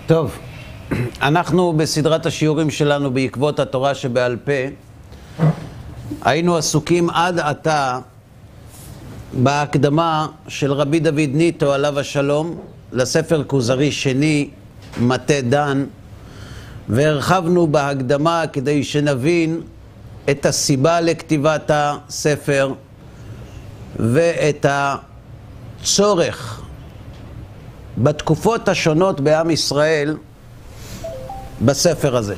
טוב, אנחנו בסדרת השיעורים שלנו בעקבות התורה שבעל פה היינו עסוקים עד עתה בהקדמה של רבי דוד ניטו עליו השלום לספר כוזרי שני מטה דן, והרחבנו בהקדמה כדי שנבין את הסיבה לכתיבת הספר ואת הצורך בתקופות השונות בעם ישראל בספר הזה.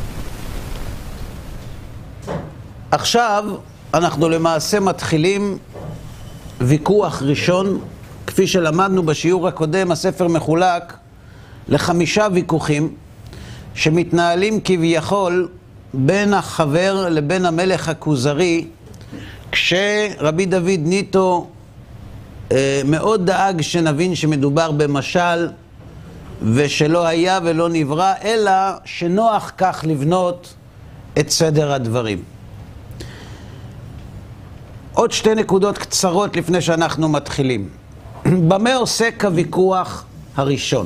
עכשיו אנחנו למעשה מתחילים ויכוח ראשון. כפי שלמדנו בשיעור הקודם, הספר מחולק ל5 ויכוחים שמתנהלים כביכול בין החבר לבין המלך הכוזרי, כשרבי דוד ניטו מאוד דאג שנבין שמדובר במשל ושלא היה ולא נברא, אלא שנוח כך לבנות את סדר הדברים. עוד 2 נקודות קצרות לפני שאנחנו מתחילים. במה עוסק הוויכוח הראשון?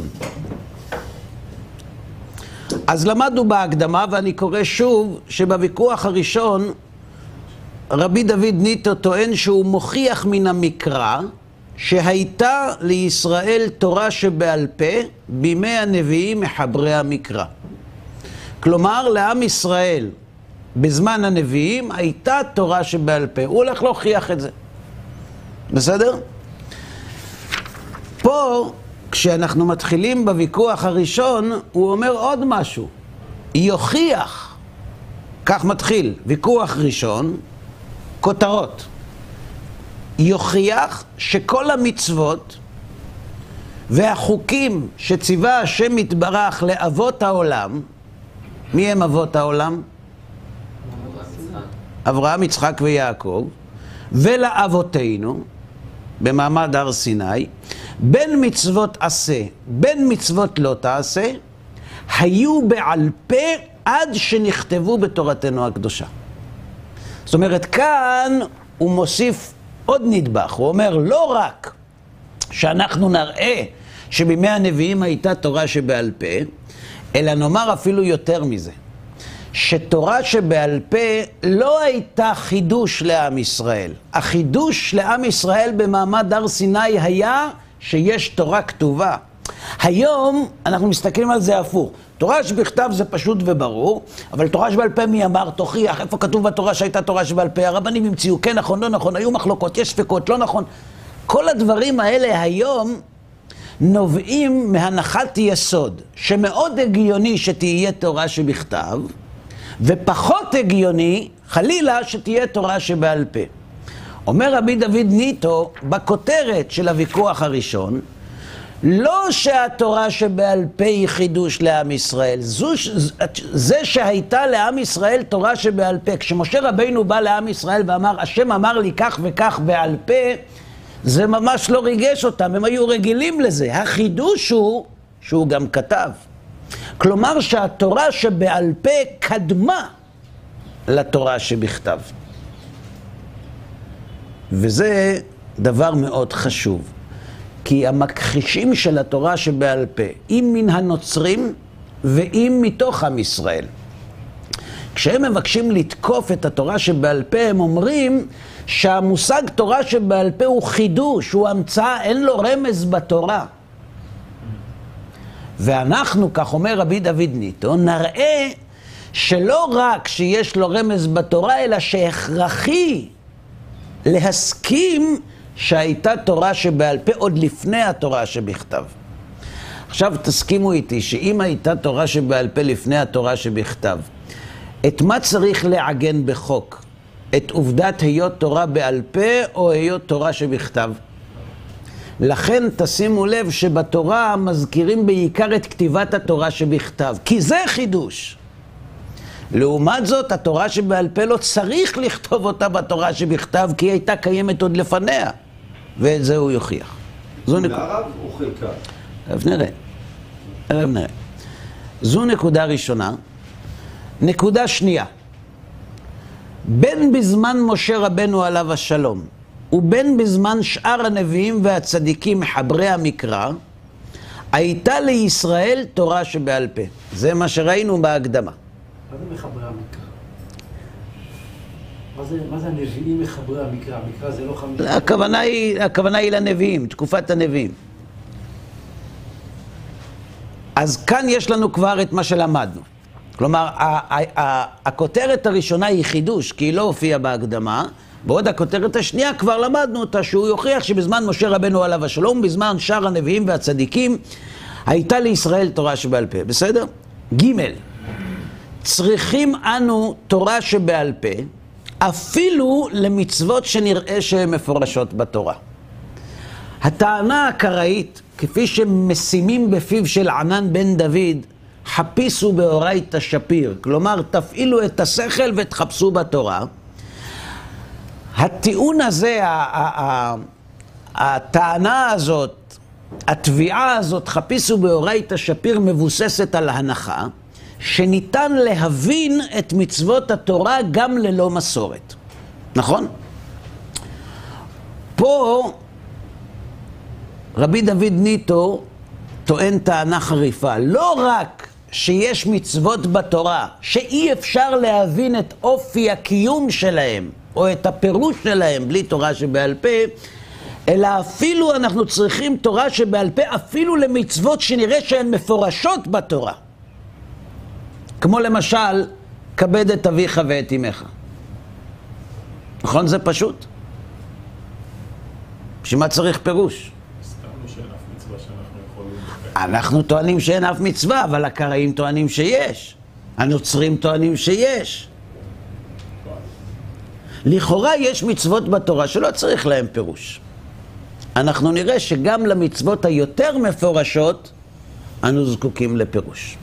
אז למדנו בהקדמה, ואני קורא שוב, שבוויכוח הראשון רבי דוד ניטו טוען שהוא מוכיח מן המקרא שהייתה לישראל תורה שבעל פה בימי הנביאים מחברי המקרא. כלומר, לעם ישראל בזמן הנביאים הייתה תורה שבעל פה. הוא הולך להוכיח את זה. בסדר? פה, כשאנחנו מתחילים בוויכוח הראשון, הוא אומר עוד משהו. יוכיח, כך מתחיל, ויכוח ראשון, כותרות. יוכיח שכל המצוות והחוקים שציווה השם יתברך לאבות העולם, מי הם אבות העולם? אברהם, יצחק ויעקב, ולאבותינו במעמד הר סיני, בין מצוות עשה, בין מצוות לא תעשה, היו בעל פה עד שנכתבו בתורתנו הקדושה. זאת אומרת, כאן הוא מוסיף עוד נדבך. הוא אומר, לא רק שאנחנו נראה שבימי הנביאים הייתה תורה שבעל פה, אלא נאמר אפילו יותר מזה, שתורה שבעל פה לא הייתה חידוש לעם ישראל. החידוש לעם ישראל במעמד הר סיני היה שיש תורה כתובה. היום אנחנו מסתכלים על זה הפוך. תורה שבכתב זה פשוט וברור, אבל תורה שבעל פה מי אמר? תוכיח. איפה כתוב בתורה שהייתה תורה שבעל פה? הרבנים המציאו, כן נכון, לא נכון, היו מחלוקות, יש ספקות, לא נכון. כל הדברים האלה היום נובעים מהנחת יסוד, שמאוד הגיוני שתהיה תורה שבכתב, ופחות הגיוני, חלילה, שתהיה תורה שבעל פה. אומר רבי דוד ניטו, בכותרת של הוויכוח הראשון, לא שהתורה שבעל פה היא חידוש לעם ישראל, זה שהייתה לעם ישראל תורה שבעל פה. כשמשה רבינו בא לעם ישראל ואמר, השם אמר לי כך וכך בעל פה, זה ממש לא ריגש אותם, הם היו רגילים לזה. החידוש הוא שהוא גם כתב. כלומר שהתורה שבעל פה קדמה לתורה שבכתב. וזה דבר מאוד חשוב. כי המכחישים של התורה שבעל פה, אם מן הנוצרים ואם מתוך עם ישראל, כשהם מבקשים לתקוף את התורה שבעל פה, הם אומרים שהמושג תורה שבעל פה הוא חידוש, הוא המצאה, אין לו רמז בתורה. ואנחנו, כך אומר רבי דוד ניטו, נראה שלא רק שיש לו רמז בתורה, אלא שהכרחי להסכים שהייתה תורה שבעל פה עוד לפני התורה שבכתב. עכשיו תסכימו איתי שאם הייתה תורה שבעל פה לפני התורה שבכתב, את מה צריך לעגן בחוק? את עובדת היות תורה בעל פה או היות תורה שבכתב? לכן תשימו לב שבתורה מזכירים בעיקר את כתיבת התורה שבכתב, כי זה חידוש. לעומת זאת, התורה שבעל פה לא צריך לכתוב אותה בתורה שבכתב, כי היא הייתה קיימת עוד לפניה. ואת זה הוא יוכיח. זו נקודה. או חלקה? נראה. זו נקודה ראשונה. נקודה שנייה. בין בזמן משה רבנו עליו השלום, ובין בזמן שאר הנביאים והצדיקים מחברי המקרא, הייתה לישראל תורה שבעל פה. זה מה שראינו בהקדמה. מה זה מחברי המקרא? מה זה הנביאים מחברי המקרא? המקרא זה לא 50... הכוונה היא לנביאים, תקופת הנביאים. אז כאן יש לנו כבר את מה שלמדנו. כלומר, הכותרת הראשונה היא חידוש, כי היא לא הופיעה בהקדמה, בעוד הכותרת השנייה כבר למדנו אותה, שהוא יוכיח שבזמן משה רבנו עליו השלום, בזמן שאר הנביאים והצדיקים, הייתה לישראל תורה שבעל פה. בסדר? ג' צריכים אנו תורה שבעל פה, אפילו למצוות שנראה שהן מפורשות בתורה. הטענה הקראית, כפי שמשימים בפיו של ענן בן דוד, חפיסו באורייתא שפיר, כלומר תפעילו את השכל ותחפשו בתורה. הטיעון הזה, הטענה הזאת, התביעה הזאת, חפיסו באורייתא שפיר, מבוססת על הנחה שניתן להבין את מצוות התורה גם ללא מסורת. נכון? פה רבי דוד ניטו טוען טענה חריפה. לא רק שיש מצוות בתורה שאי אפשר להבין את אופי הקיום שלהם או את הפירוש שלהם בלי תורה שבעל פה, אלא אפילו אנחנו צריכים תורה שבעל פה אפילו למצוות שנראה שהן מפורשות בתורה. כמו למשל, כבד את אביך ואת אמך. נכון? זה פשוט. בשביל מה צריך פירוש? הסכמנו שאין אף מצווה שאנחנו יכולים... אנחנו טוענים שאין אף מצווה, אבל הקראים טוענים שיש. הנוצרים טוענים שיש. לכאורה יש מצוות בתורה שלא צריך להם פירוש. אנחנו נראה שגם למצוות היותר מפורשות, אנו זקוקים לפירוש.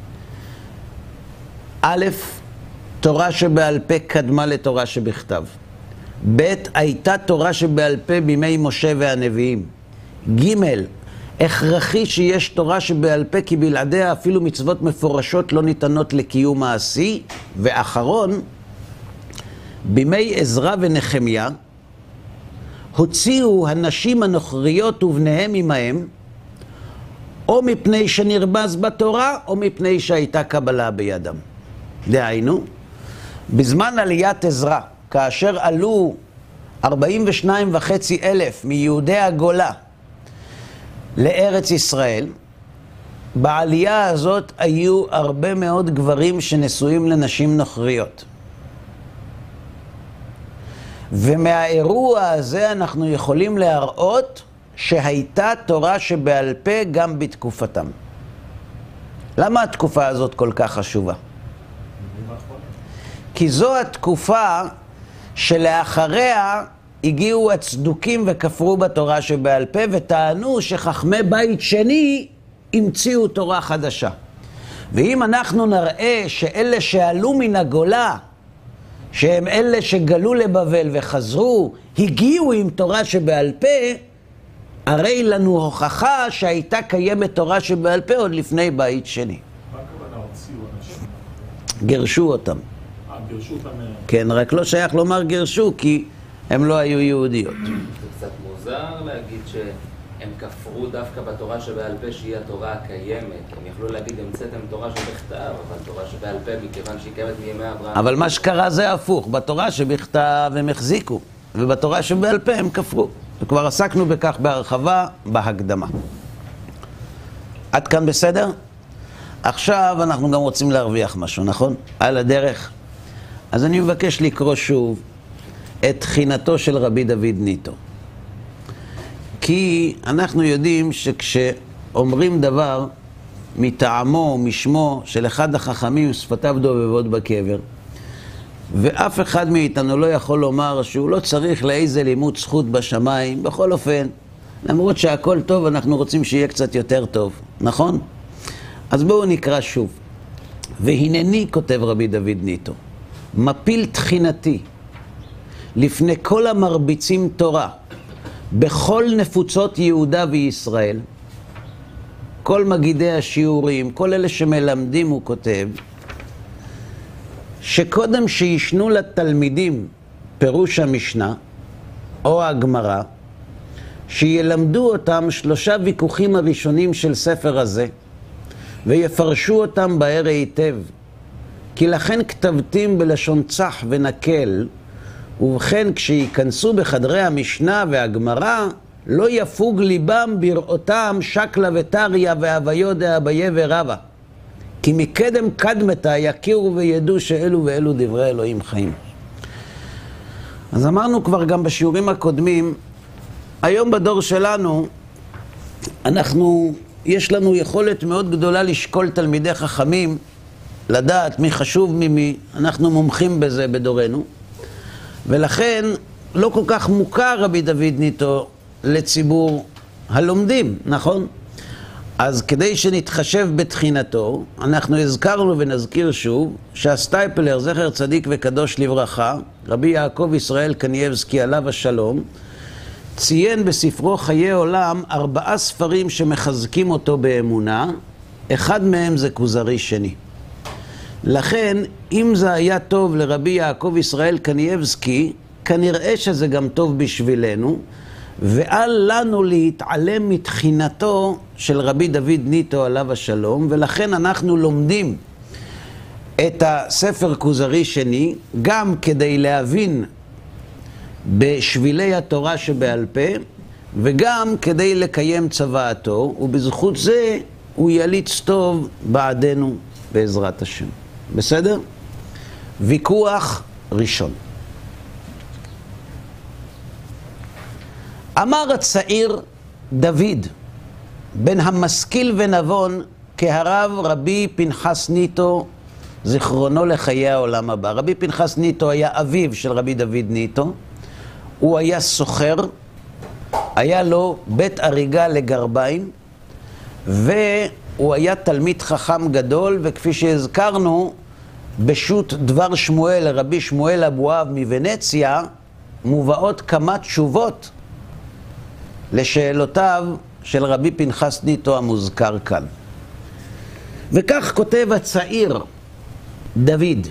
א', תורה שבעל פה קדמה לתורה שבכתב. ב', הייתה תורה שבעל פה בימי משה והנביאים. ג', הכרחי שיש תורה שבעל פה כי בלעדיה אפילו מצוות מפורשות לא ניתנות לקיום מעשי. ואחרון, בימי עזרא ונחמיה הוציאו הנשים הנוכריות ובניהם עמהם, או מפני שנרבז בתורה או מפני שהייתה קבלה בידם. דהיינו, בזמן עליית עזרא, כאשר עלו 42,500 מיהודי הגולה לארץ ישראל, בעלייה הזאת היו הרבה מאוד גברים שנשואים לנשים נוכריות. ומהאירוע הזה אנחנו יכולים להראות שהייתה תורה שבעל פה גם בתקופתם. למה התקופה הזאת כל כך חשובה? כי זו התקופה שלאחריה הגיעו הצדוקים וכפרו בתורה שבעל פה וטענו שחכמי בית שני המציאו תורה חדשה. ואם אנחנו נראה שאלה שעלו מן הגולה, שהם אלה שגלו לבבל וחזרו, הגיעו עם תורה שבעל פה, הרי לנו הוכחה שהייתה קיימת תורה שבעל פה עוד לפני בית שני. מה הכוונה הוציאו אנשים? גירשו אותם. גירשו אותם... כן, רק לא שייך לומר גירשו, כי הם לא היו יהודיות. זה קצת מוזר להגיד שהם כפרו דווקא בתורה שבעל פה שהיא התורה הקיימת. הם יכלו להגיד, המצאתם תורה שבכתב, אבל תורה שבעל פה מכיוון שהיא קיימת מימי אברהם. אבל מה שקרה זה הפוך. בתורה שבכתב הם החזיקו, ובתורה שבעל פה הם כפרו. וכבר עסקנו בכך בהרחבה בהקדמה. עד כאן בסדר? עכשיו אנחנו גם רוצים להרוויח משהו, נכון? על הדרך. אז אני מבקש לקרוא שוב את תחינתו של רבי דוד ניטו. כי אנחנו יודעים שכשאומרים דבר מטעמו, משמו של אחד החכמים, שפתיו דובבות בקבר, ואף אחד מאיתנו לא יכול לומר שהוא לא צריך לאיזה לימוד זכות בשמיים, בכל אופן, למרות שהכל טוב, אנחנו רוצים שיהיה קצת יותר טוב, נכון? אז בואו נקרא שוב. והנני, כותב רבי דוד ניטו, מפיל תחינתי לפני כל המרביצים תורה בכל נפוצות יהודה וישראל, כל מגידי השיעורים, כל אלה שמלמדים, הוא כותב, שקודם שישנו לתלמידים פירוש המשנה או הגמרא, שילמדו אותם 3 ויכוחים הראשונים של ספר הזה, ויפרשו אותם בהר היטב. כי לכן כתבתים בלשון צח ונקל, ובכן כשיכנסו בחדרי המשנה והגמרא, לא יפוג ליבם בראותם שקלה וטריה והוויו דאביה ורבא. כי מקדם קדמתה יכירו וידעו שאלו ואלו דברי אלוהים חיים. אז אמרנו כבר גם בשיעורים הקודמים, היום בדור שלנו, יש לנו יכולת מאוד גדולה לשקול תלמידי חכמים, לדעת מי חשוב ממי, אנחנו מומחים בזה בדורנו, ולכן לא כל כך מוכר רבי דוד ניטו לציבור הלומדים, נכון? אז כדי שנתחשב בתחינתו, אנחנו הזכרנו ונזכיר שוב שהסטייפלר, זכר צדיק וקדוש לברכה, רבי יעקב ישראל קנייבסקי עליו השלום, ציין בספרו חיי עולם 4 ספרים שמחזקים אותו באמונה, אחד מהם זה כוזרי שני. לכן, אם זה היה טוב לרבי יעקב ישראל קנייבסקי, כנראה שזה גם טוב בשבילנו, ואל לנו להתעלם מתחינתו של רבי דוד ניטו עליו השלום, ולכן אנחנו לומדים את הספר כוזרי שני, גם כדי להבין בשבילי התורה שבעל פה, וגם כדי לקיים צוואתו, ובזכות זה הוא יליץ טוב בעדנו בעזרת השם. בסדר? ויכוח ראשון. אמר הצעיר דוד, בן המשכיל ונבון, כהרב רבי פנחס ניטו, זיכרונו לחיי העולם הבא. רבי פנחס ניטו היה אביו של רבי דוד ניטו, הוא היה סוחר, היה לו בית אריגה לגרביים, והוא היה תלמיד חכם גדול, וכפי שהזכרנו, בשו"ת דבר שמואל לרבי שמואל אבואב מוונציה, מובאות כמה תשובות לשאלותיו של רבי פנחס ניטו המוזכר כאן. וכך כותב הצעיר דוד,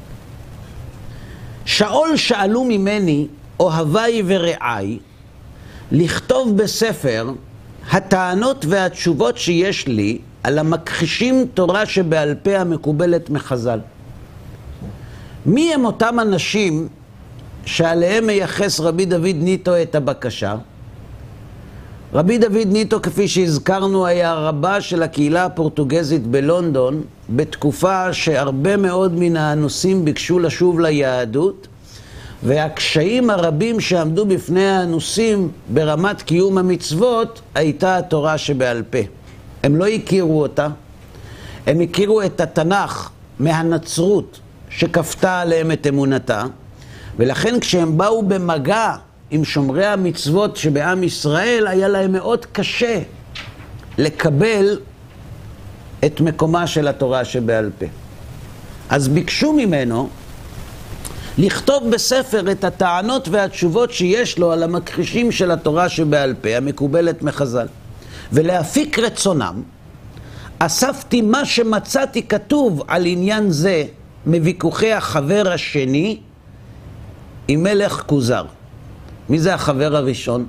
שאול שאלו ממני אוהביי ורעיי לכתוב בספר הטענות והתשובות שיש לי על המכחישים תורה שבעל פה המקובלת מחז"ל. מי הם אותם אנשים שעליהם מייחס רבי דוד ניטו את הבקשה? רבי דוד ניטו, כפי שהזכרנו, היה רבה של הקהילה הפורטוגזית בלונדון, בתקופה שהרבה מאוד מן האנוסים ביקשו לשוב ליהדות, והקשיים הרבים שעמדו בפני האנוסים ברמת קיום המצוות הייתה התורה שבעל פה. הם לא הכירו אותה, הם הכירו את התנ"ך מהנצרות שכפתה עליהם את אמונתה, ולכן כשהם באו במגע עם שומרי המצוות שבעם ישראל, היה להם מאוד קשה לקבל את מקומה של התורה שבעל פה. אז ביקשו ממנו לכתוב בספר את הטענות והתשובות שיש לו על המכחישים של התורה שבעל פה, המקובלת מחז"ל. ולהפיק רצונם, אספתי מה שמצאתי כתוב על עניין זה מוויכוחי החבר השני עם מלך כוזר. מי זה החבר הראשון?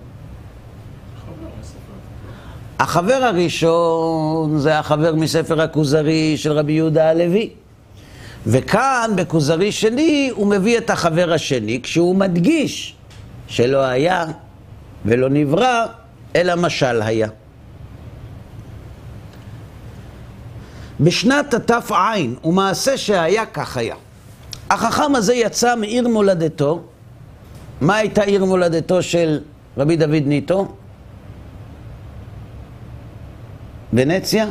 החבר הראשון זה החבר מספר הכוזרי של רבי יהודה הלוי. וכאן בכוזרי שני הוא מביא את החבר השני, כשהוא מדגיש שלא היה ולא נברא, אלא משל היה. בשנת תפ"ע, ומעשה שהיה כך היה. החכם הזה יצא מעיר מולדתו. מה הייתה עיר מולדתו של רבי דוד ניטו? ונציה.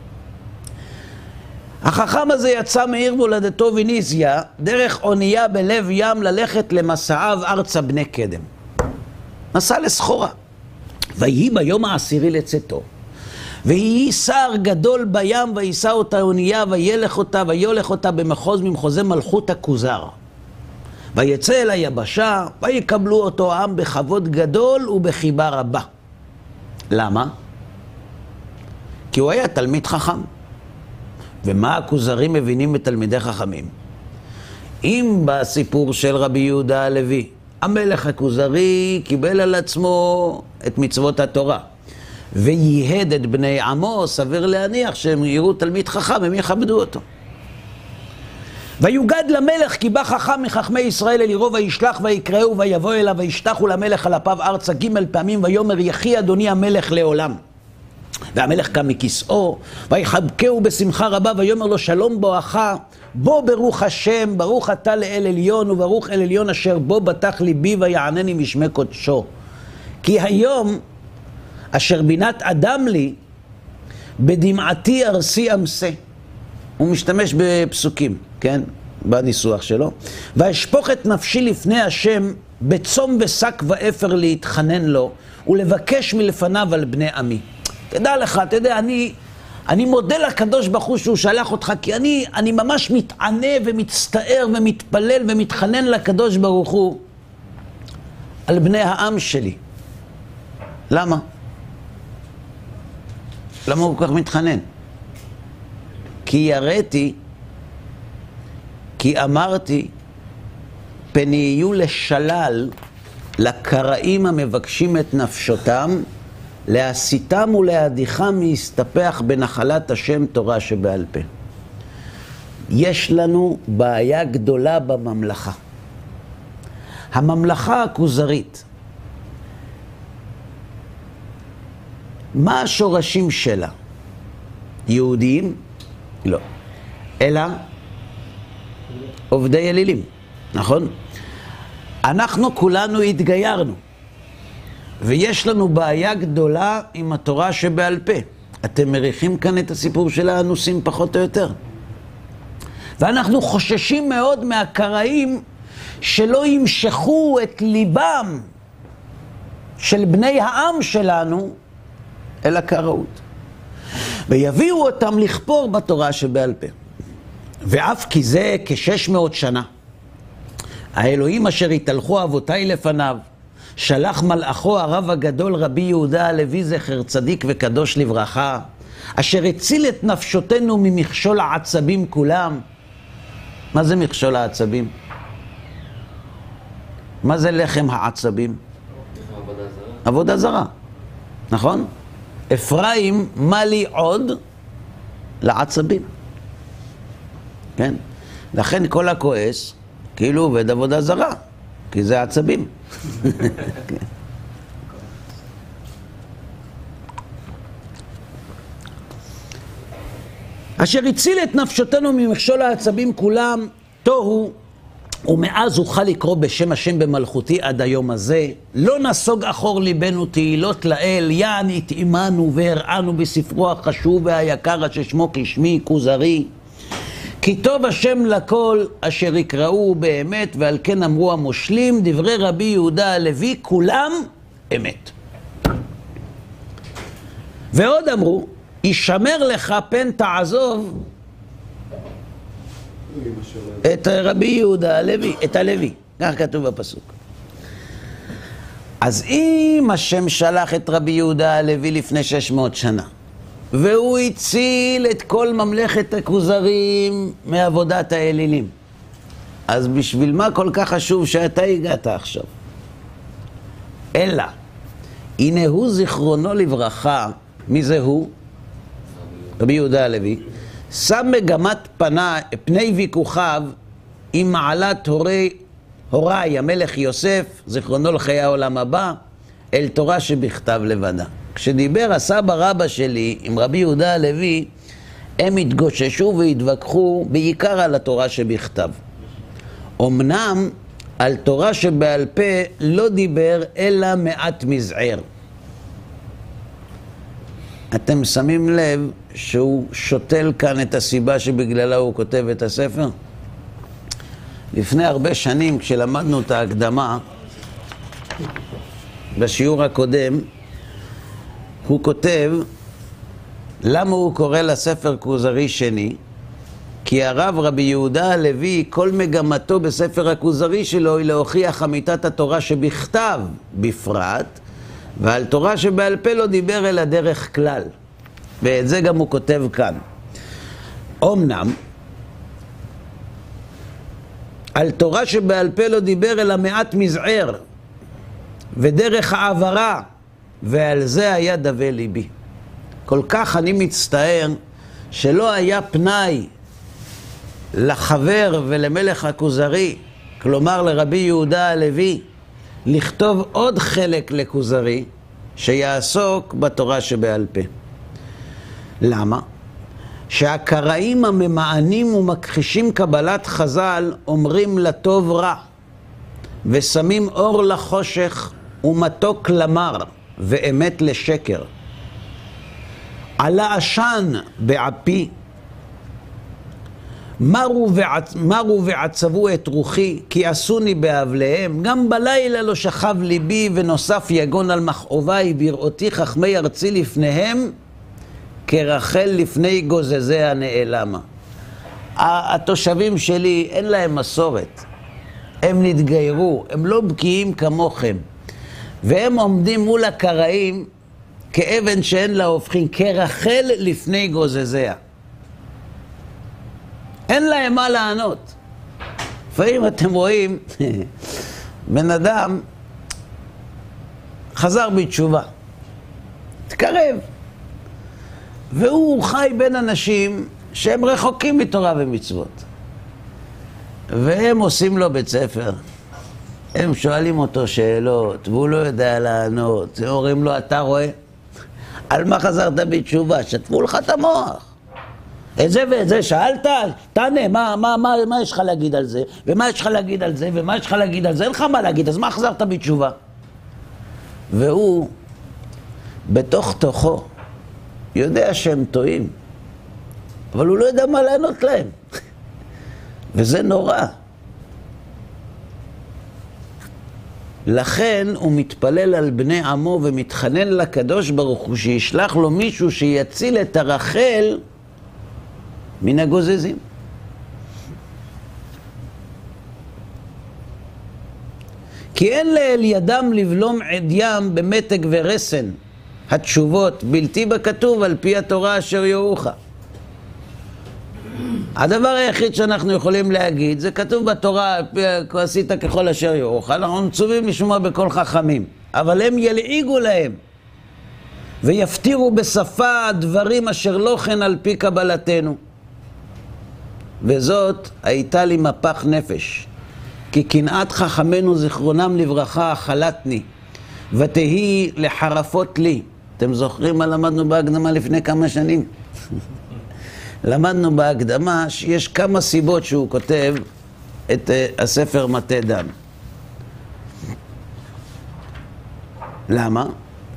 החכם הזה יצא מעיר מולדתו וניזיה, דרך אונייה בלב ים ללכת למסעיו ארצה בני קדם. נסע לסחורה. ויהי ביום העשירי לצאתו. ויהי שר גדול בים, וישא אותה אונייה, וילך אותה במחוז ממחוזי מלכות הכוזר. ויצא אל היבשה, ויקבלו אותו העם בכבוד גדול ובחיבה רבה. למה? כי הוא היה תלמיד חכם. ומה הכוזרים מבינים בתלמידי חכמים? אם בסיפור של רבי יהודה הלוי המלך הכוזרי קיבל על עצמו את מצוות התורה, וייהד את בני עמו, סביר להניח שהם יראו תלמיד חכם, הם יכבדו אותו. ויוגד למלך כי בא חכם מחכמי ישראל אל עירו, וישלח ויקראו ויבוא אליו, וישתחו למלך על אפיו ארצה 5 פעמים, ויאמר יחי אדוני המלך לעולם. והמלך קם מכיסאו, ויחבקהו בשמחה רבה, ויאמר לו שלום בואך, בוא ברוך השם, ברוך אתה לאל עליון, וברוך אל עליון אשר בו בטח ליבי ויענני משמי קודשו. כי היום אשר בינת אדם לי, בדמעתי ארסי אמסה. הוא משתמש בפסוקים, כן? בניסוח שלו. ואשפוך את נפשי לפני השם, בצום ושק ואפר להתחנן לו, ולבקש מלפניו על בני עמי. תדע לך, אתה יודע, אני מודה לקדוש ברוך הוא שהוא שלח אותך, כי אני ממש מתענה ומצטער ומתפלל ומתחנן לקדוש ברוך הוא על בני העם שלי. למה? למה הוא כל כך מתחנן? כי יראתי, כי אמרתי, פן יהיו לשלל לקראים המבקשים את נפשותם, להסיתם ולהדיחם להסתפח בנחלת השם תורה שבעל פה. יש לנו בעיה גדולה בממלכה. הממלכה הכוזרית, מה השורשים שלה? יהודיים? לא. אלא עובדי אלילים, נכון? אנחנו כולנו התגיירנו, ויש לנו בעיה גדולה עם התורה שבעל פה. אתם מריחים כאן את הסיפור של האנוסים פחות או יותר. ואנחנו חוששים מאוד מהקראים שלא ימשכו את ליבם של בני העם שלנו אל הקראות, ויביאו אותם לכפור בתורה שבעל פה. ואף כי זה כ-600 שנה, האלוהים אשר התהלכו אבותיי לפניו, שלח מלאכו הרב הגדול רבי יהודה הלוי זכר צדיק וקדוש לברכה, אשר הציל את נפשותנו ממכשול העצבים כולם. מה זה מכשול העצבים? מה זה לחם העצבים? עבודה זרה, נכון? אפרים, מה לי עוד? לעצבים. כן? לכן כל הכועס כאילו עובד עבודה זרה, כי זה עצבים. כן. אשר הציל את נפשותנו ממכשול העצבים כולם, תוהו, ומאז אוכל לקרוא בשם השם במלכותי עד היום הזה. לא נסוג אחור ליבנו תהילות לאל, יען התאימנו והראנו בספרו החשוב והיקר אשר שמו כשמי כוזרי. כי טוב השם לכל אשר יקראו באמת, ועל כן אמרו המושלים, דברי רבי יהודה הלוי, כולם אמת. ועוד אמרו, ישמר לך פן תעזוב את רבי יהודה הלוי, את הלוי, כך כתוב בפסוק. אז אם השם שלח את רבי יהודה הלוי לפני 600 שנה, והוא הציל את כל ממלכת הכוזרים מעבודת האלילים, אז בשביל מה כל כך חשוב שאתה הגעת עכשיו? אלא, הנה הוא זיכרונו לברכה, מי זה הוא? רבי יהודה הלוי, שם מגמת פני ויכוחיו עם מעלת הוריי המלך יוסף, זיכרונו לחיי העולם הבא, אל תורה שבכתב לבדה. כשדיבר הסבא רבא שלי עם רבי יהודה הלוי, הם התגוששו והתווכחו בעיקר על התורה שבכתב. אמנם על תורה שבעל פה לא דיבר אלא מעט מזער. אתם שמים לב שהוא שותל כאן את הסיבה שבגללה הוא כותב את הספר? לפני הרבה שנים כשלמדנו את ההקדמה בשיעור הקודם, הוא כותב למה הוא קורא לספר כוזרי שני? כי הרב רבי יהודה הלוי, כל מגמתו בספר הכוזרי שלו היא להוכיח אמיתת התורה שבכתב בפרט, ועל תורה שבעל פה לא דיבר אלא דרך כלל. ואת זה גם הוא כותב כאן. אמנם על תורה שבעל פה לא דיבר אלא מעט מזער ודרך העברה, ועל זה היה דווה ליבי. כל כך אני מצטער שלא היה פנאי לחבר ולמלך הכוזרי, כלומר לרבי יהודה הלוי, לכתוב עוד חלק לכוזרי שיעסוק בתורה שבעל פה. למה? שהקראים הממענים ומכחישים קבלת חז"ל אומרים לטוב רע, ושמים אור לחושך ומתוק למר, ואמת לשקר. עלה עשן בעפי, מרו ועצבו את רוחי, כי עשוני באבליהם. גם בלילה לא שכב ליבי, ונוסף יגון על מכאובי, בראותי חכמי ארצי לפניהם, כרחל לפני גוזזיה נעלמה. התושבים שלי אין להם מסורת, הם נתגיירו, הם לא בקיאים כמוכם, והם עומדים מול הקראים כאבן שאין לה הופכין, כרחל לפני גוזזיה. אין להם מה לענות. לפעמים אתם רואים בן אדם חזר בתשובה, תקרב, והוא חי בין אנשים שהם רחוקים מתורה ומצוות, והם עושים לו בית ספר, הם שואלים אותו שאלות והוא לא יודע לענות, הם אומרים לו, אתה רואה? על מה חזרת בתשובה? שטפו לך את המוח. את זה ואת זה שאלת? תענה, מה יש לך להגיד על זה? ומה יש לך להגיד על זה? ומה יש לך להגיד על זה? אין לך מה להגיד, אז מה חזרת בתשובה? והוא בתוך תוכו יודע שהם טועים, אבל הוא לא יודע מה לענות להם. וזה נורא. לכן הוא מתפלל על בני עמו ומתחנן לקדוש ברוך הוא שישלח לו מישהו שיציל את הרחל מן הגוזזים. כי אין לאל ידם לבלום עדיים במתג ורסן, התשובות בלתי בכתוב על פי התורה אשר יורוך. הדבר היחיד שאנחנו יכולים להגיד, זה כתוב בתורה, עשית ככל אשר יורוך, אנחנו מצווים לשמוע בכל חכמים, אבל הם ילעיגו להם ויפתירו בשפה דברים אשר לא כן על פי קבלתנו. וזאת הייתה לי מפח נפש, כי קנאת חכמנו זיכרונם לברכה אכלתני, ותהי לחרפות לי. אתם זוכרים מה למדנו בהקדמה לפני כמה שנים? למדנו בהקדמה שיש כמה סיבות שהוא כותב את הספר מטה דן. למה?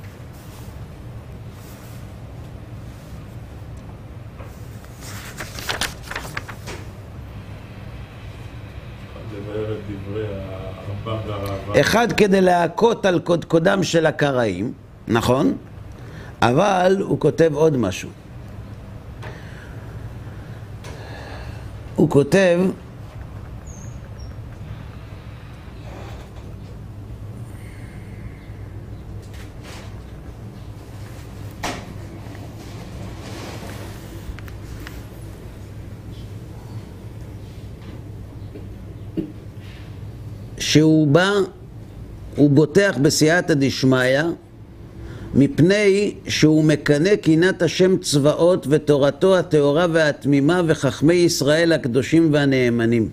אחד, כדי להכות על קודקודם של הקראים, נכון? אבל הוא כותב עוד משהו. הוא כותב שהוא בא, הוא בוטח בסייעתא דשמיא, מפני שהוא מקנה קנאת השם צבאות ותורתו הטהורה והתמימה וחכמי ישראל הקדושים והנאמנים.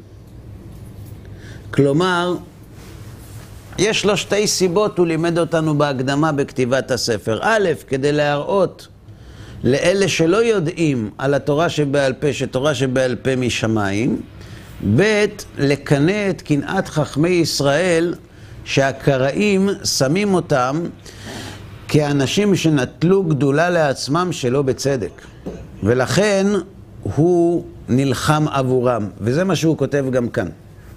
כלומר, יש לו שתי סיבות, הוא לימד אותנו בהקדמה בכתיבת הספר. א', כדי להראות לאלה שלא יודעים על התורה שבעל פה, שתורה שבעל פה משמיים, ב', לקנא את קנאת חכמי ישראל שהקראים שמים אותם כאנשים שנטלו גדולה לעצמם שלא בצדק, ולכן הוא נלחם עבורם, וזה מה שהוא כותב גם כאן.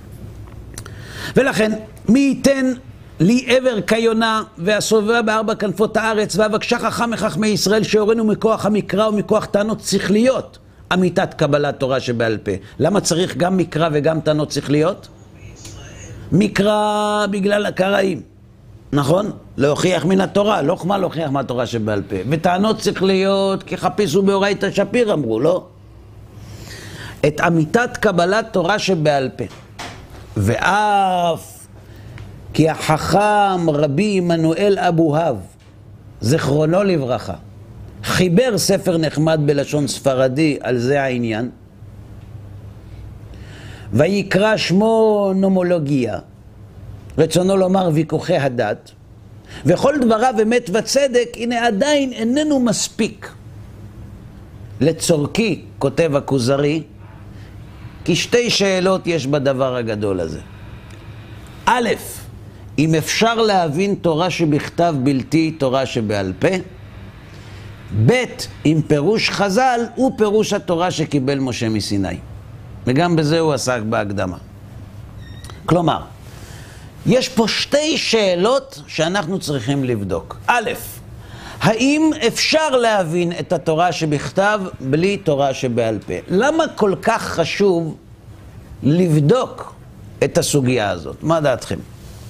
ולכן מי ייתן לי עבר כיונה והסובבה בארבע כנפות הארץ, ואבקשה חכם מחכמי ישראל שיורנו מכוח המקרא ומכוח טענות שכליות אמיתת קבלת תורה שבעל פה. למה צריך גם מקרא וגם טענות שכליות? מקרא בגלל הקראים, נכון? להוכיח מן התורה, לא כמו להוכיח מהתורה שבעל פה. וטענות שכליות כי חפישו באורייתא שפיר, אמרו, לא? את אמיתת קבלת תורה שבעל פה ואף כי החכם רבי עמנואל אבוהב, זכרונו לברכה, חיבר ספר נחמד בלשון ספרדי על זה העניין, ויקרא שמו נומולוגיה, רצונו לומר ויכוחי הדת, וכל דבריו אמת וצדק, הנה עדיין איננו מספיק לצורכי, כותב הכוזרי, כי שתי שאלות יש בדבר הגדול הזה. א', אם אפשר להבין תורה שבכתב בלתי תורה שבעל פה, ב', אם פירוש חז"ל הוא פירוש התורה שקיבל משה מסיני. וגם בזה הוא עסק בהקדמה. כלומר, יש פה שתי שאלות שאנחנו צריכים לבדוק. א', האם אפשר להבין את התורה שבכתב בלי תורה שבעל פה? למה כל כך חשוב לבדוק את הסוגיה הזאת? מה דעתכם?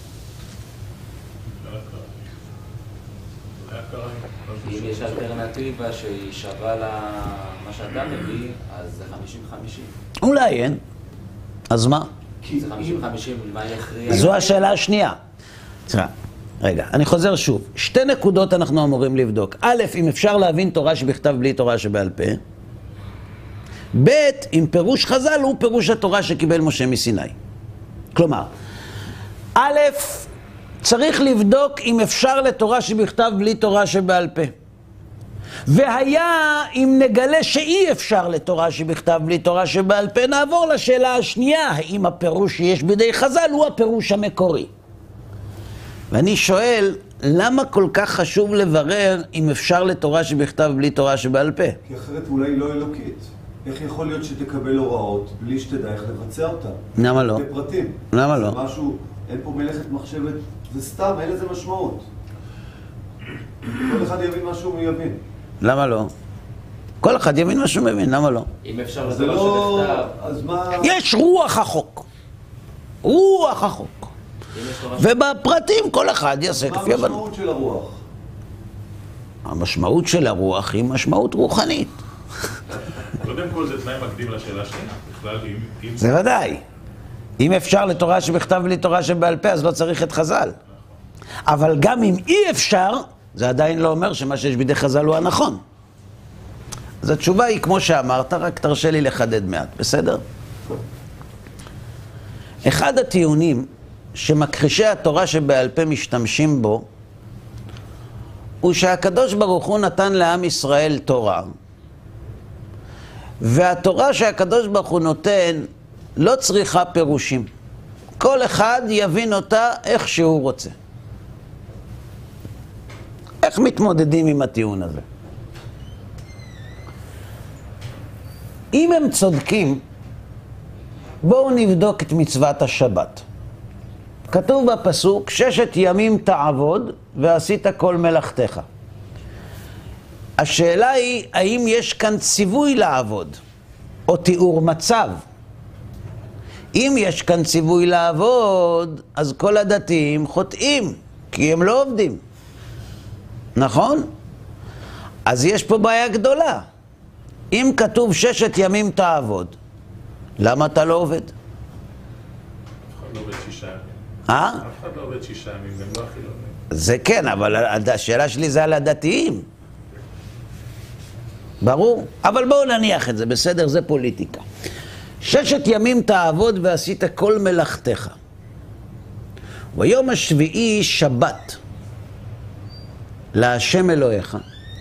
אם יש אלטרנטיבה שהיא שווה למה שאתה מביא, אז זה 50-50. אולי אין. אז מה? זה 50-50, מה יכריע? זו השאלה השנייה. רגע, אני חוזר שוב. שתי נקודות אנחנו אמורים לבדוק. א', אם אפשר להבין תורה שבכתב בלי תורה שבעל פה. ב', אם פירוש חז"ל הוא פירוש התורה שקיבל משה מסיני. כלומר, א', צריך לבדוק אם אפשר לתורה שבכתב בלי תורה שבעל פה. והיה אם נגלה שאי אפשר לתורה שבכתב בלי תורה שבעל פה, נעבור לשאלה השנייה, האם הפירוש שיש בידי חז"ל הוא הפירוש המקורי. ואני שואל, למה כל כך חשוב לברר אם אפשר לתורה שבכתב בלי תורה שבעל פה? כי אחרת אולי לא אלוקית. איך יכול להיות שתקבל הוראות בלי שתדע איך לבצע אותן? למה לא? בפרטים. למה לא? זה משהו, אין פה מלאכת מחשבת, זה סתם, אין לזה משמעות. כל אחד יבין מה שהוא יבין. למה לא? כל אחד יבין מה שהוא מבין, למה לא? אם אפשר זה לתורה לא... שבכתב, אז מה... יש רוח החוק. רוח החוק. אם יש תורה ובפרטים כל אחד יעשה מה כפי הבנו. המשמעות של הרוח? המשמעות של הרוח היא משמעות רוחנית. קודם כל זה תנאי מקדים לשאלה השנייה. בכלל, אם... זה ודאי. אם אפשר לתורה שבכתב בלי תורה שבעל פה, אז לא צריך את חז"ל. אבל גם אם אי אפשר, זה עדיין לא אומר שמה שיש בידי חז"ל הוא הנכון. אז התשובה היא כמו שאמרת, רק תרשה לי לחדד מעט, בסדר? אחד הטיעונים שמכחישי התורה שבעל פה משתמשים בו, הוא שהקדוש ברוך הוא נתן לעם ישראל תורה, והתורה שהקדוש ברוך הוא נותן לא צריכה פירושים. כל אחד יבין אותה איך שהוא רוצה. איך מתמודדים עם הטיעון הזה? אם הם צודקים, בואו נבדוק את מצוות השבת. כתוב בפסוק, 6 ימים תעבוד ועשית כל מלאכתך. השאלה היא, האם יש כאן ציווי לעבוד, או תיאור מצב? אם יש כאן ציווי לעבוד, אז כל הדתיים חוטאים, כי הם לא עובדים. נכון? אז יש פה בעיה גדולה. אם כתוב 6 ימים תעבוד, למה אתה לא עובד? אף אחד לא עובד 6 ימים. אה? אף אחד לא עובד 6 ימים, הם לא החילונים. זה כן, אבל השאלה שלי זה על הדתיים. ברור? אבל בואו נניח את זה, בסדר? זה פוליטיקה. 6 ימים תעבוד ועשית כל מלאכתך. ויום השביעי שבת להשם אלוהיך.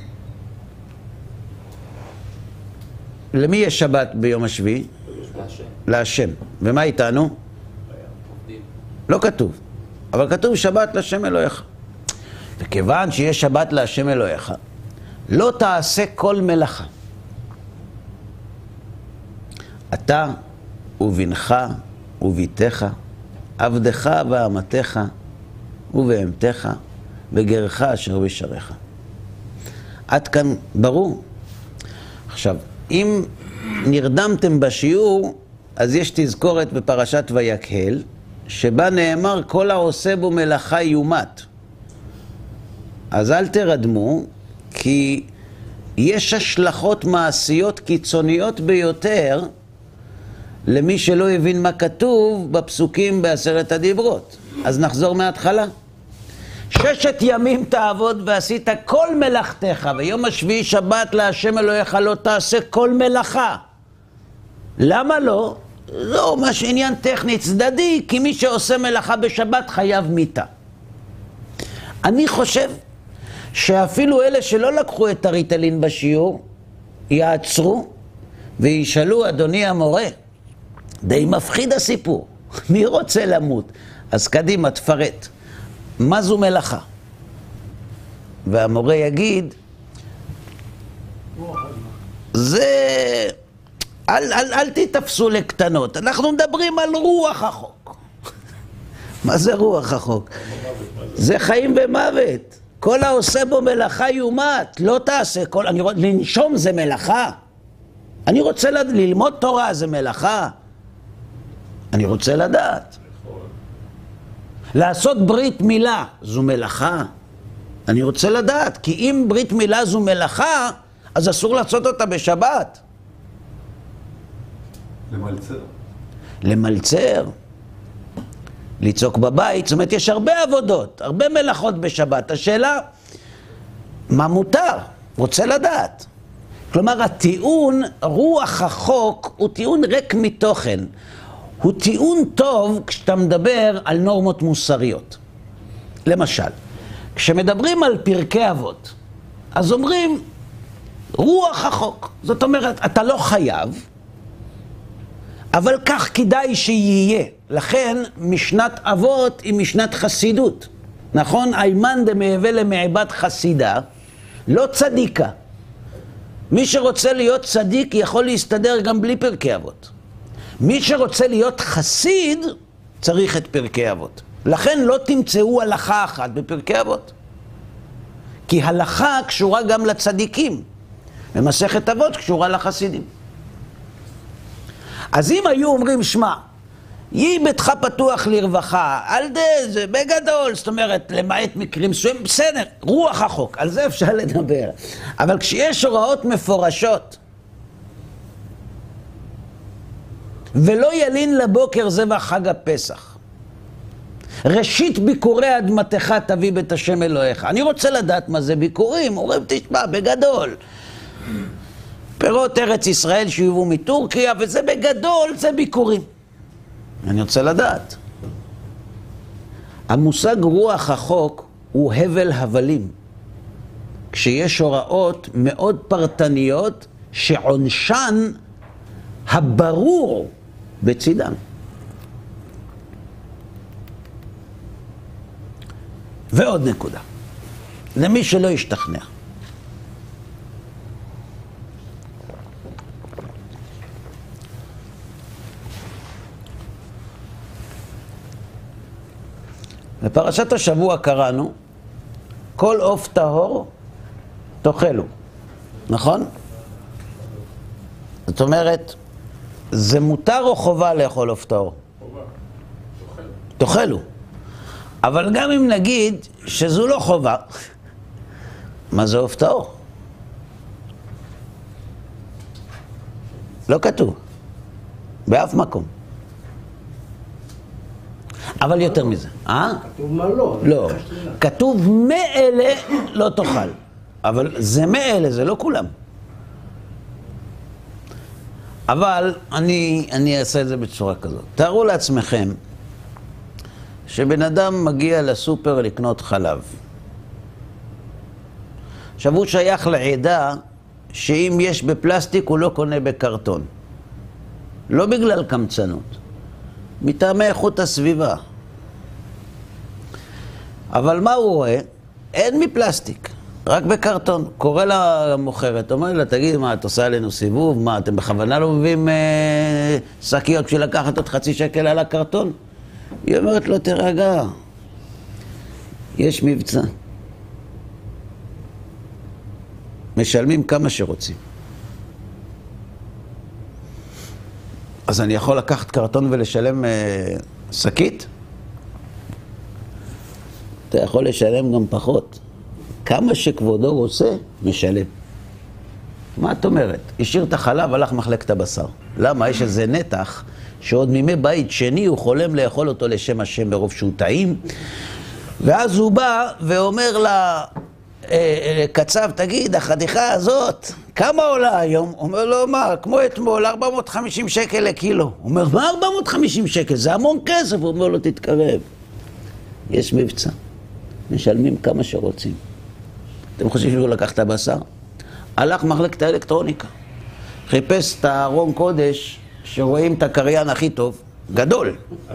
למי יש שבת ביום השביעי? להשם. להשם. ומה איתנו? עובדים. לא כתוב. אבל כתוב שבת להשם אלוהיך. וכיוון שיש שבת להשם אלוהיך, לא תעשה כל מלאכה. אתה ובנך וביתך, עבדך ואמתך ובהמתך וגרך אשר בשעריך. עד כאן ברור. עכשיו, אם נרדמתם בשיעור, אז יש תזכורת בפרשת ויקהל, שבה נאמר כל העושה בו מלאכה יומת. אז אל תרדמו, כי יש השלכות מעשיות קיצוניות ביותר למי שלא הבין מה כתוב בפסוקים בעשרת הדיברות. אז נחזור מההתחלה. 6 ימים תעבוד ועשית כל מלאכתך, ויום השביעי שבת להשם אלוהיך לא תעשה כל מלאכה. למה לא? לא, ממש עניין טכני צדדי, כי מי שעושה מלאכה בשבת חייב מיתה. אני חושב שאפילו אלה שלא לקחו את הריטלין בשיעור, יעצרו וישאלו, אדוני המורה, די מפחיד הסיפור, מי רוצה למות? אז קדימה, תפרט. מה זו מלאכה? והמורה יגיד, זה... אל תתפסו לקטנות, אנחנו מדברים על רוח החוק. מה זה רוח החוק? זה חיים ומוות. כל העושה בו מלאכה יומת, לא תעשה כל... לנשום זה מלאכה. אני רוצה ללמוד תורה, זה מלאכה. אני רוצה לדעת. לעשות ברית מילה, זו מלאכה. אני רוצה לדעת, כי אם ברית מילה זו מלאכה, אז אסור לעשות אותה בשבת. למלצר. למלצר. לצעוק בבית, זאת אומרת, יש הרבה עבודות, הרבה מלאכות בשבת. השאלה, מה מותר? רוצה לדעת. כלומר, הטיעון, רוח החוק, הוא טיעון ריק מתוכן. הוא טיעון טוב כשאתה מדבר על נורמות מוסריות. למשל, כשמדברים על פרקי אבות, אז אומרים, רוח החוק. זאת אומרת, אתה לא חייב, אבל כך כדאי שיהיה. לכן, משנת אבות היא משנת חסידות. נכון? איימן דמהווה למעבד חסידה, לא צדיקה. מי שרוצה להיות צדיק יכול להסתדר גם בלי פרקי אבות. מי שרוצה להיות חסיד צריך את פרקי אבות. לכן לא תמצאו הלכה אחת בפרקי אבות. כי הלכה קשורה גם לצדיקים. ומסכת אבות קשורה לחסידים. אז אם היו אומרים, שמע, יהי ביתך פתוח לרווחה, על זה בגדול, זאת אומרת, למעט מקרים מסוימים, בסדר, רוח החוק, על זה אפשר לדבר. אבל כשיש הוראות מפורשות, ולא ילין לבוקר זה בחג הפסח, ראשית ביקורי אדמתך תביא בית השם אלוהיך. אני רוצה לדעת מה זה ביקורים, אומרים, תשמע, בגדול. פירות ארץ ישראל שיובאו מטורקיה, וזה בגדול, זה ביקורים. אני רוצה לדעת. המושג רוח החוק הוא הבל הבלים. כשיש הוראות מאוד פרטניות שעונשן הברור בצידם. ועוד נקודה. למי שלא ישתכנע. בפרשת השבוע קראנו, כל עוף טהור תאכלו, נכון? זאת אומרת, זה מותר או חובה לאכול עוף טהור? חובה. תאכלו. אבל גם אם נגיד שזו לא חובה, מה זה עוף טהור? לא כתוב. באף מקום. אבל יותר מזה. כתוב מה לא. לא. כתוב מאלה לא תאכל. אבל זה מאלה, זה לא כולם. אבל אני אעשה את זה בצורה כזאת. תארו לעצמכם שבן אדם מגיע לסופר לקנות חלב. עכשיו הוא שייך לעדה שאם יש בפלסטיק הוא לא קונה בקרטון. לא בגלל קמצנות. מטעמי איכות הסביבה. אבל מה הוא רואה? אין מפלסטיק, רק בקרטון. קורא למוכרת, אומר לה, תגיד, מה, את עושה עלינו סיבוב? מה, אתם בכוונה לא מביאים שקיות בשביל לקחת עוד 0.5 שקל על הקרטון? היא אומרת לו, תרגע, יש מבצע. משלמים כמה שרוצים. אז אני יכול לקחת קרטון ולשלם שקית? אתה יכול לשלם גם פחות. כמה שכבודו רוצה, משלם. מה את אומרת? השאיר את החלב, הלך מחלקת הבשר. למה? יש איזה נתח שעוד מימי בית שני הוא חולם לאכול אותו לשם השם ברוב שהוא טעים. ואז הוא בא ואומר לקצב, תגיד, החתיכה הזאת, כמה עולה היום? הוא אומר לו, מה, כמו אתמול, 450 שקל לקילו. הוא אומר, מה 450 שקל? זה המון כסף. הוא אומר לו, תתקרב. יש מבצע. משלמים כמה שרוצים. אתם חושבים שהוא לקח את הבשר? הלך מחלקת האלקטרוניקה. חיפש את הארון קודש, שרואים את הקריין הכי טוב, גדול.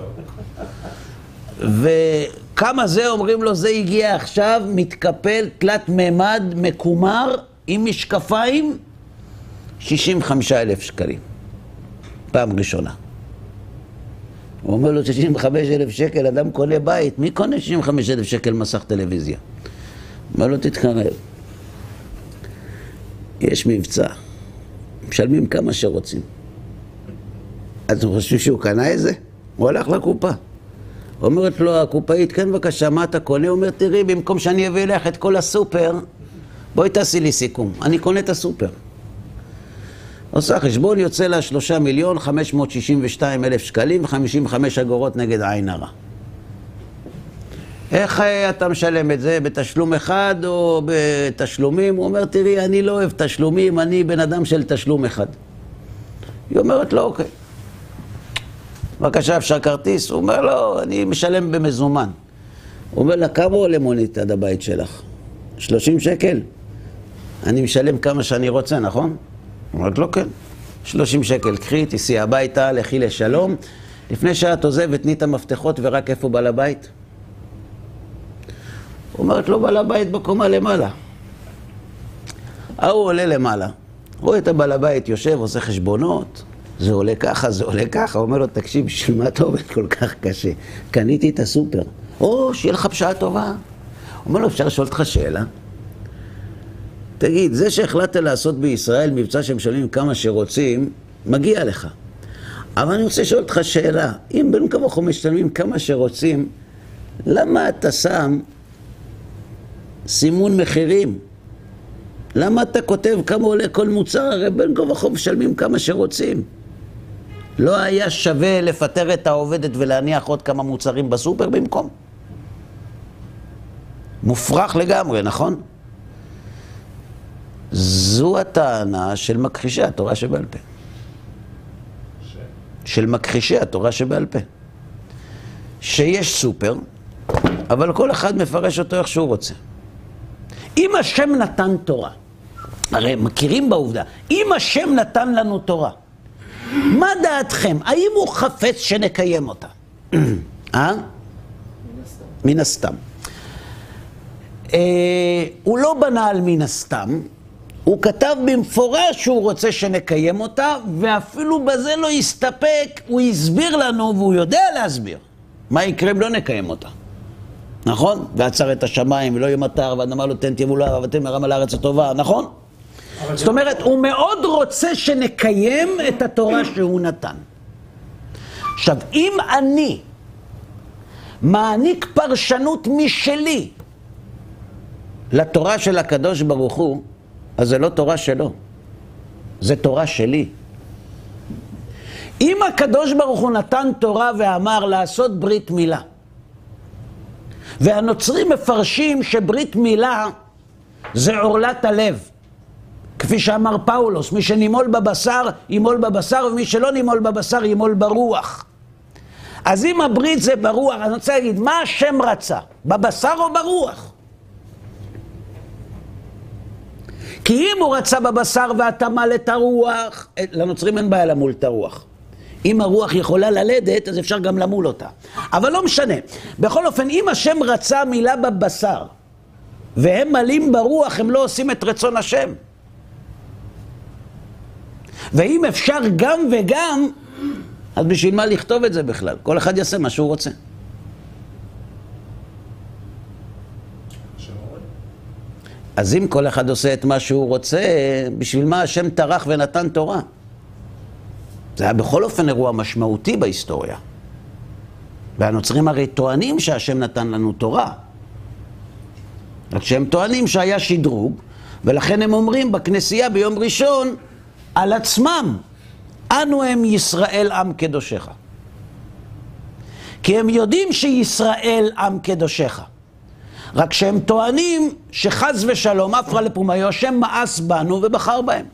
וכמה זה, אומרים לו, זה הגיע עכשיו, מתקפל, תלת ממד, מקומר, עם משקפיים, 65,000 שקלים. פעם ראשונה. הוא אומר לו, 65,000 שקל, אדם קונה בית, מי קונה 65,000 שקל מסך טלוויזיה? אומר לו, תתקרב. יש מבצע. משלמים כמה שרוצים. אז אתם חושבים שהוא קנה את זה? הוא הלך לקופה. אומרת לו הקופאית, כן בבקשה, מה אתה קונה? הוא אומר, תראי, במקום שאני אביא לך את כל הסופר, בואי תעשי לי סיכום. אני קונה את הסופר. עושה חשבון, יוצא לה 3,562,000 שקלים ו55 אגורות נגד עין הרע. איך אתה משלם את זה? בתשלום אחד או בתשלומים? הוא אומר, תראי, אני לא אוהב תשלומים, אני בן אדם של תשלום אחד. היא אומרת לו, אוקיי. בבקשה, אפשר כרטיס? הוא אומר, לא, אני משלם במזומן. הוא אומר לה, כמה עולה מונית עד הבית שלך? 30 שקל? אני משלם כמה שאני רוצה, נכון? הוא אומר לו, כן. 30 שקל, קחי, תיסעי הביתה, לכי לשלום. לפני שאת עוזבת, תני את המפתחות ורק איפה בעל הבית? הוא אומרת לו, בעל הבית בקומה למעלה. הוא עולה למעלה. רואה את הבעל הבית יושב, עושה חשבונות. זה עולה ככה, זה עולה ככה. הוא אומר לו, תקשיב, בשביל מה אתה עובד כל כך קשה? קניתי את הסופר. שיהיה לך בשעה טובה. הוא אומר לו, אפשר לשאול אותך שאלה? תגיד, זה שהחלטת לעשות בישראל מבצע שמשלמים כמה שרוצים, מגיע לך. אבל אני רוצה לשאול אותך שאלה. אם בין כמה משלמים כמה שרוצים, למה אתה שם סימון מחירים? למה אתה כותב כמה עולה כל מוצר? הרי בין כה וכה משלמים כמה שרוצים. לא היה שווה לפטר את העובדת ולהניח עוד כמה מוצרים בסופר במקום? מופרך לגמרי, נכון? זו הטענה של מכחישי התורה שבעל פה. של מכחישי התורה שבעל פה. שיש סופר, אבל כל אחד מפרש אותו איך שהוא רוצה. אם השם נתן תורה, הרי מכירים בעובדה, אם השם נתן לנו תורה, מה דעתכם? האם הוא חפץ שנקיים אותה? מן הסתם. הוא לא בנה על מן הסתם, הוא כתב במפורש שהוא רוצה שנקיים אותה, ואפילו בזה לא הסתפק, הוא הסביר לנו, והוא יודע להסביר, מה יקרה אם לא נקיים אותה. נכון? ועצר את השמיים, ולא יהיה מטר, ואדמה לא תן תבולה, ואתם מרם על הארץ הטובה, נכון? זאת אומרת, הוא מאוד רוצה שנקיים את התורה שהוא נתן. עכשיו, אם אני מעניק פרשנות משלי לתורה של הקדוש ברוך הוא, אז זה לא תורה שלו, זה תורה שלי. אם הקדוש ברוך הוא נתן תורה ואמר לעשות ברית מילה, והנוצרים מפרשים שברית מילה זה עורלת הלב, כפי שאמר פאולוס, מי שנימול בבשר, ימול בבשר, ומי שלא נימול בבשר, ימול ברוח. אז אם הברית זה ברוח, אני רוצה להגיד, מה השם רצה? בבשר או ברוח? כי אם הוא רצה בבשר ואתה מל את הרוח, לנוצרים אין בעיה למול את הרוח. אם הרוח יכולה ללדת, אז אפשר גם למול אותה. אבל לא משנה. בכל אופן, אם השם רצה מילה בבשר, והם מלים ברוח, הם לא עושים את רצון השם. ואם אפשר גם וגם, אז בשביל מה לכתוב את זה בכלל? כל אחד יעשה מה שהוא רוצה. אז אם כל אחד עושה את מה שהוא רוצה, בשביל מה השם טרח ונתן תורה? זה היה בכל אופן אירוע משמעותי בהיסטוריה. והנוצרים הרי טוענים שהשם נתן לנו תורה. רק שהם טוענים שהיה שדרוג, ולכן הם אומרים בכנסייה ביום ראשון על עצמם, אנו הם ישראל עם קדושך. כי הם יודעים שישראל עם קדושך. רק שהם טוענים שחז ושלום, אפרה לפומיו, השם מאס בנו ובחר בהם.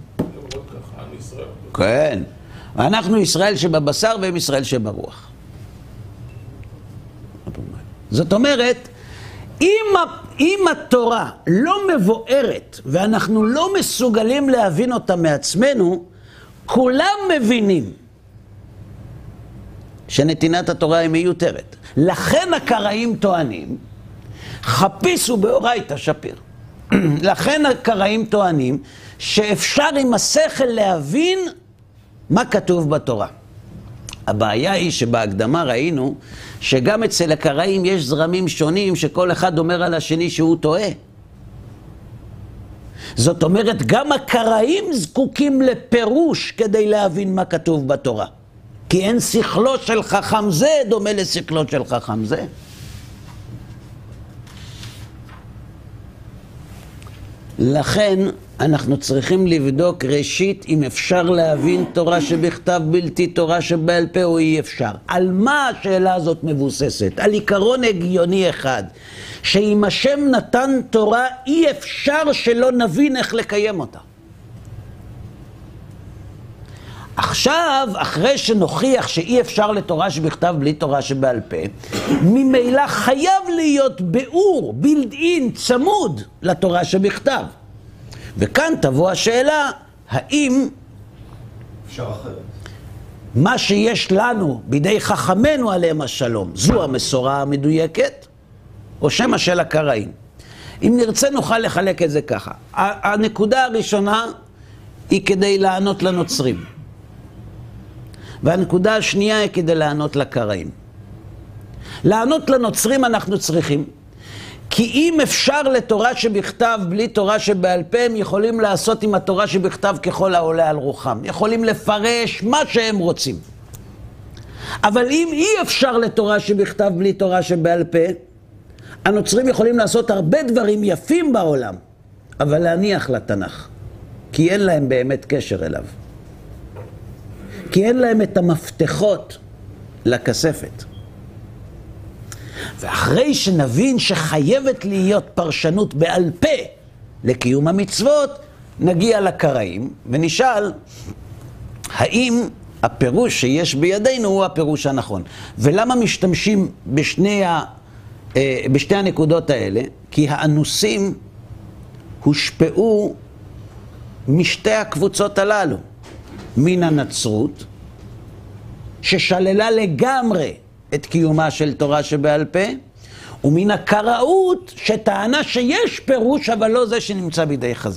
כן. ואנחנו ישראל שבבשר והם ישראל שברוח. זאת אומרת, אם התורה לא מבוארת ואנחנו לא מסוגלים להבין אותה מעצמנו, כולם מבינים שנתינת התורה היא מיותרת. לכן הקראים טוענים, חפיסו באורייתא שפיר. לכן הקראים טוענים שאפשר עם השכל להבין מה כתוב בתורה. הבעיה היא שבהקדמה ראינו שגם אצל הקראים יש זרמים שונים שכל אחד אומר על השני שהוא טועה. זאת אומרת, גם הקראים זקוקים לפירוש כדי להבין מה כתוב בתורה. כי אין שכלו של חכם זה דומה לשכלו של חכם זה. לכן אנחנו צריכים לבדוק ראשית אם אפשר להבין תורה שבכתב בלתי תורה שבעל פה או אי אפשר. על מה השאלה הזאת מבוססת? על עיקרון הגיוני אחד, שאם השם נתן תורה אי אפשר שלא נבין איך לקיים אותה. עכשיו, אחרי שנוכיח שאי אפשר לתורה שבכתב בלי תורה שבעל פה, ממילא חייב להיות ביאור, בילד-אין, צמוד לתורה שבכתב. וכאן תבוא השאלה, האם אפשר אחרת? מה שיש לנו בידי חכמנו עליהם השלום, זו המסורה המדויקת, או שמא של הקראים? אם נרצה נוכל לחלק את זה ככה. הנקודה הראשונה היא כדי לענות לנוצרים. והנקודה השנייה היא כדי לענות לקראים. לענות לנוצרים אנחנו צריכים, כי אם אפשר לתורה שבכתב בלי תורה שבעל פה, הם יכולים לעשות עם התורה שבכתב ככל העולה על רוחם. יכולים לפרש מה שהם רוצים. אבל אם אי אפשר לתורה שבכתב בלי תורה שבעל פה, הנוצרים יכולים לעשות הרבה דברים יפים בעולם, אבל להניח לתנ"ך, כי אין להם באמת קשר אליו. כי אין להם את המפתחות לכספת. ואחרי שנבין שחייבת להיות פרשנות בעל פה לקיום המצוות, נגיע לקראים ונשאל האם הפירוש שיש בידינו הוא הפירוש הנכון. ולמה משתמשים בשתי הנקודות האלה? כי האנוסים הושפעו משתי הקבוצות הללו. מן הנצרות, ששללה לגמרי את קיומה של תורה שבעל פה, ומן הקראות שטענה שיש פירוש, אבל לא זה שנמצא בידי חז"ל.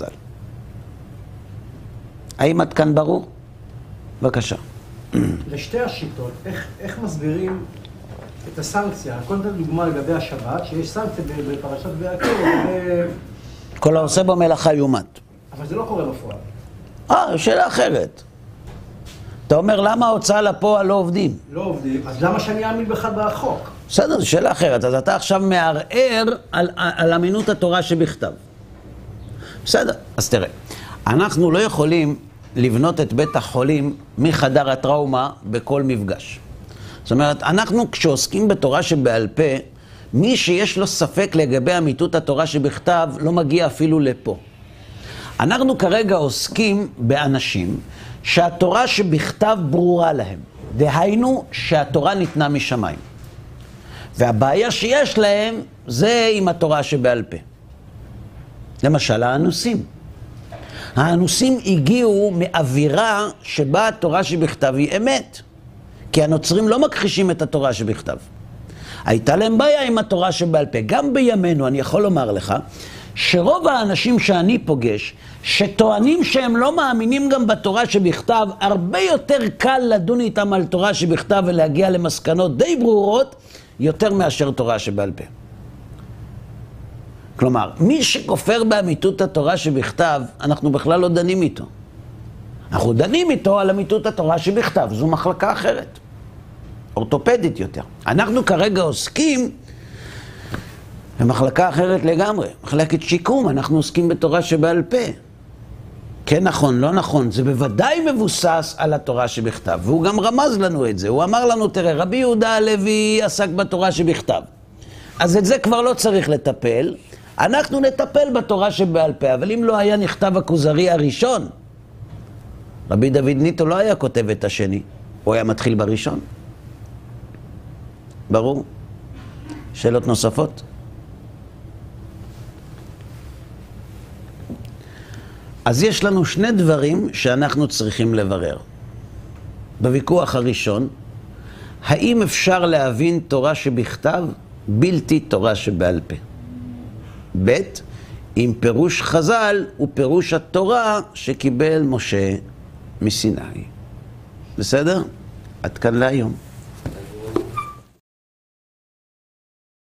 האם עד כאן ברור? בבקשה. לשתי השיטות, איך מסבירים את הסנקציה? כל נתן דוגמה לגבי השבת, שיש סנקציה בפרשת ויעקב, כל העושה במלאכה יומת. אבל זה לא קורה בפועל. שאלה אחרת. אתה אומר, למה ההוצאה לפועל לא עובדים? לא עובדים, אז למה שאני אאמין בכלל בחוק? בסדר, זו שאלה אחרת. אז אתה עכשיו מערער על אמינות התורה שבכתב. בסדר, אז תראה. אנחנו לא יכולים לבנות את בית החולים מחדר הטראומה בכל מפגש. זאת אומרת, אנחנו כשעוסקים בתורה שבעל פה, מי שיש לו ספק לגבי אמיתות התורה שבכתב לא מגיע אפילו לפה. אנחנו כרגע עוסקים באנשים שהתורה שבכתב ברורה להם. דהיינו שהתורה ניתנה משמיים. והבעיה שיש להם זה עם התורה שבעל פה. למשל, האנוסים. האנוסים הגיעו מאווירה שבה התורה שבכתב היא אמת. כי הנוצרים לא מכחישים את התורה שבכתב. הייתה להם בעיה עם התורה שבעל פה. גם בימינו אני יכול לומר לך, שרוב האנשים שאני פוגש, שטוענים שהם לא מאמינים גם בתורה שבכתב, הרבה יותר קל לדון איתם על תורה שבכתב ולהגיע למסקנות די ברורות, יותר מאשר תורה שבעל פה. כלומר, מי שכופר באמיתות התורה שבכתב, אנחנו בכלל לא דנים איתו. אנחנו דנים איתו על אמיתות התורה שבכתב, זו מחלקה אחרת, אורתופדית יותר. אנחנו כרגע עוסקים במחלקה אחרת לגמרי, מחלקת שיקום, אנחנו עוסקים בתורה שבעל פה. כן נכון, לא נכון, זה בוודאי מבוסס על התורה שבכתב, והוא גם רמז לנו את זה, הוא אמר לנו, תראה, רבי יהודה הלוי עסק בתורה שבכתב, אז את זה כבר לא צריך לטפל, אנחנו נטפל בתורה שבעל פה, אבל אם לא היה נכתב הכוזרי הראשון, רבי דוד ניטו לא היה כותב את השני, הוא היה מתחיל בראשון. ברור? שאלות נוספות? אז יש לנו שני דברים שאנחנו צריכים לברר. בוויכוח הראשון, האם אפשר להבין תורה שבכתב בלתי תורה שבעל פה? ב', אם פירוש חז"ל הוא פירוש התורה שקיבל משה מסיני. בסדר? עד כאן להיום.